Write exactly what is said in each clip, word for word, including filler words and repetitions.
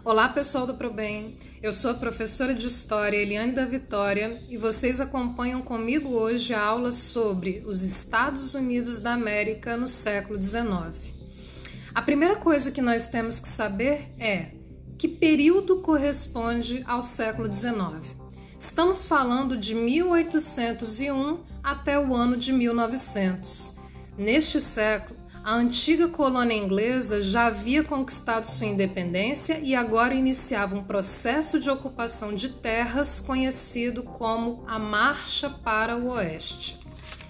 Olá pessoal do ProBem, eu sou a professora de História Eliane da Vitória e vocês acompanham comigo hoje a aula sobre os Estados Unidos da América no século dezenove. A primeira coisa que nós temos que saber é que período corresponde ao século dezenove. Estamos falando de mil oitocentos e um até o ano de mil e novecentos. Neste século, a antiga colônia inglesa já havia conquistado sua independência e agora iniciava um processo de ocupação de terras conhecido como a Marcha para o Oeste.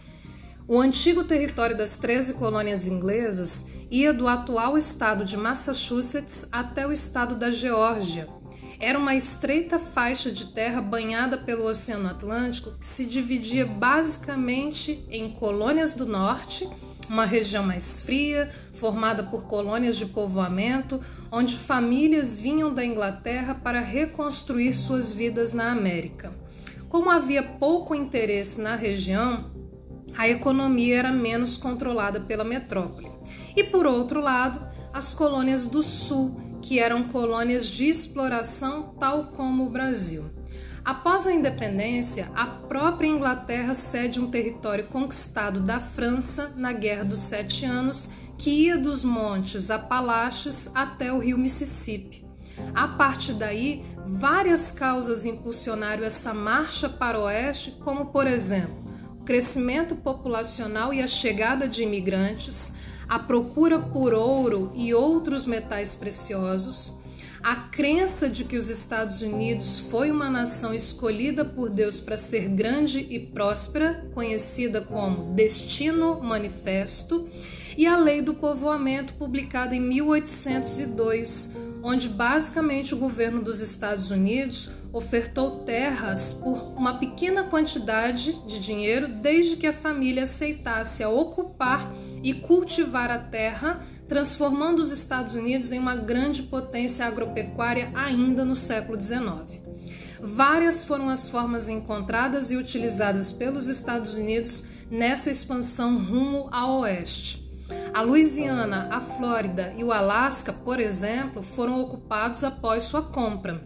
O antigo território das treze colônias inglesas ia do atual estado de Massachusetts até o estado da Geórgia. Era uma estreita faixa de terra banhada pelo Oceano Atlântico que se dividia basicamente em colônias do norte, uma região mais fria, formada por colônias de povoamento, onde famílias vinham da Inglaterra para reconstruir suas vidas na América. Como havia pouco interesse na região, a economia era menos controlada pela metrópole. E, por outro lado, as colônias do sul, que eram colônias de exploração, tal como o Brasil. Após a independência, a própria Inglaterra cede um território conquistado da França na Guerra dos Sete Anos, que ia dos Montes Apalaches até o rio Mississippi. A partir daí, várias causas impulsionaram essa marcha para o oeste, como, por exemplo, o crescimento populacional e a chegada de imigrantes, a procura por ouro e outros metais preciosos, a crença de que os Estados Unidos foi uma nação escolhida por Deus para ser grande e próspera, conhecida como Destino Manifesto, e a Lei do Povoamento, publicada em mil oitocentos e dois, onde basicamente o governo dos Estados Unidos ofertou terras por uma pequena quantidade de dinheiro, desde que a família aceitasse a ocupar e cultivar a terra, transformando os Estados Unidos em uma grande potência agropecuária ainda no século dezenove. Várias foram as formas encontradas e utilizadas pelos Estados Unidos nessa expansão rumo ao oeste. A Louisiana, a Flórida e o Alasca, por exemplo, foram ocupados após sua compra.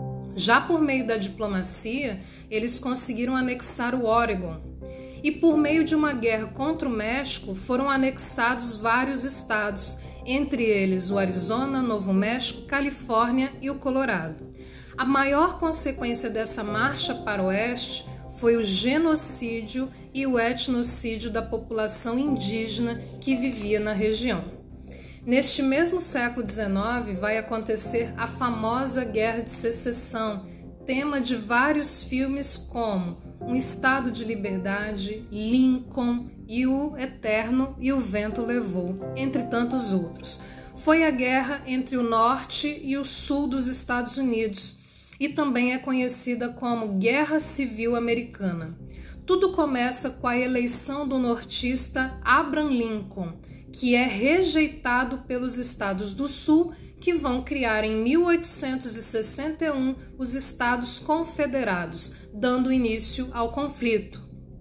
Já por meio da diplomacia, eles conseguiram anexar o Oregon. E por meio de uma guerra contra o México, foram anexados vários estados, entre eles o Arizona, Novo México, Califórnia e o Colorado. A maior consequência dessa marcha para o oeste foi o genocídio e o etnocídio da população indígena que vivia na região. Neste mesmo século dezenove vai acontecer a famosa Guerra de Secessão, tema de vários filmes como Um Estado de Liberdade, Lincoln e o Eterno e o Vento Levou, entre tantos outros. Foi a guerra entre o norte e o sul dos Estados Unidos e também é conhecida como Guerra Civil Americana. Tudo começa com a eleição do nortista Abraham Lincoln, que é rejeitado pelos estados do sul, que vão criar em mil oitocentos e sessenta e um os Estados Confederados, dando início ao conflito.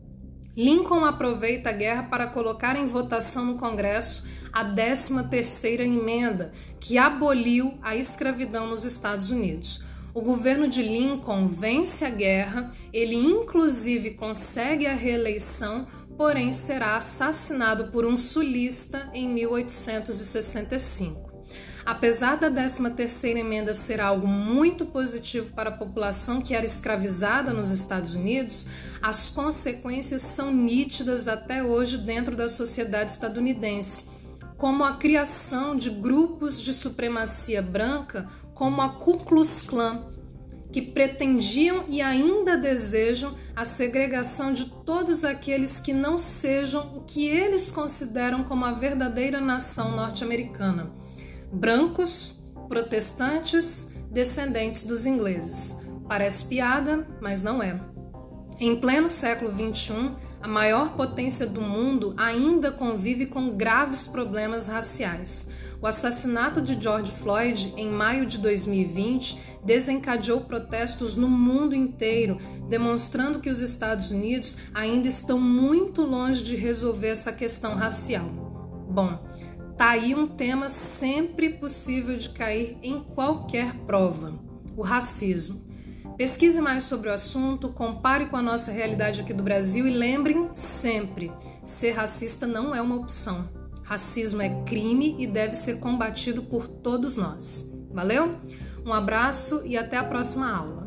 Lincoln aproveita a guerra para colocar em votação no Congresso a décima terceira emenda, que aboliu a escravidão nos Estados Unidos. O governo de Lincoln vence a guerra, ele inclusive consegue a reeleição, porém será assassinado por um sulista em mil oitocentos e sessenta e cinco. Apesar da décima terceira emenda ser algo muito positivo para a população que era escravizada nos Estados Unidos, as consequências são nítidas até hoje dentro da sociedade estadunidense, como a criação de grupos de supremacia branca como a Ku Klux Klan, que pretendiam e ainda desejam a segregação de todos aqueles que não sejam o que eles consideram como a verdadeira nação norte-americana: brancos, protestantes, descendentes dos ingleses. Parece piada, mas não é. Em pleno século vinte e um, a maior potência do mundo ainda convive com graves problemas raciais. O assassinato de George Floyd em maio de dois mil e vinte desencadeou protestos no mundo inteiro, demonstrando que os Estados Unidos ainda estão muito longe de resolver essa questão racial. Bom, Tá aí um tema sempre possível de cair em qualquer prova: o racismo. Pesquise mais sobre o assunto, compare com a nossa realidade aqui do Brasil e lembrem sempre: ser racista não é uma opção. Racismo é crime e deve ser combatido por todos nós. Valeu? Um abraço e até a próxima aula.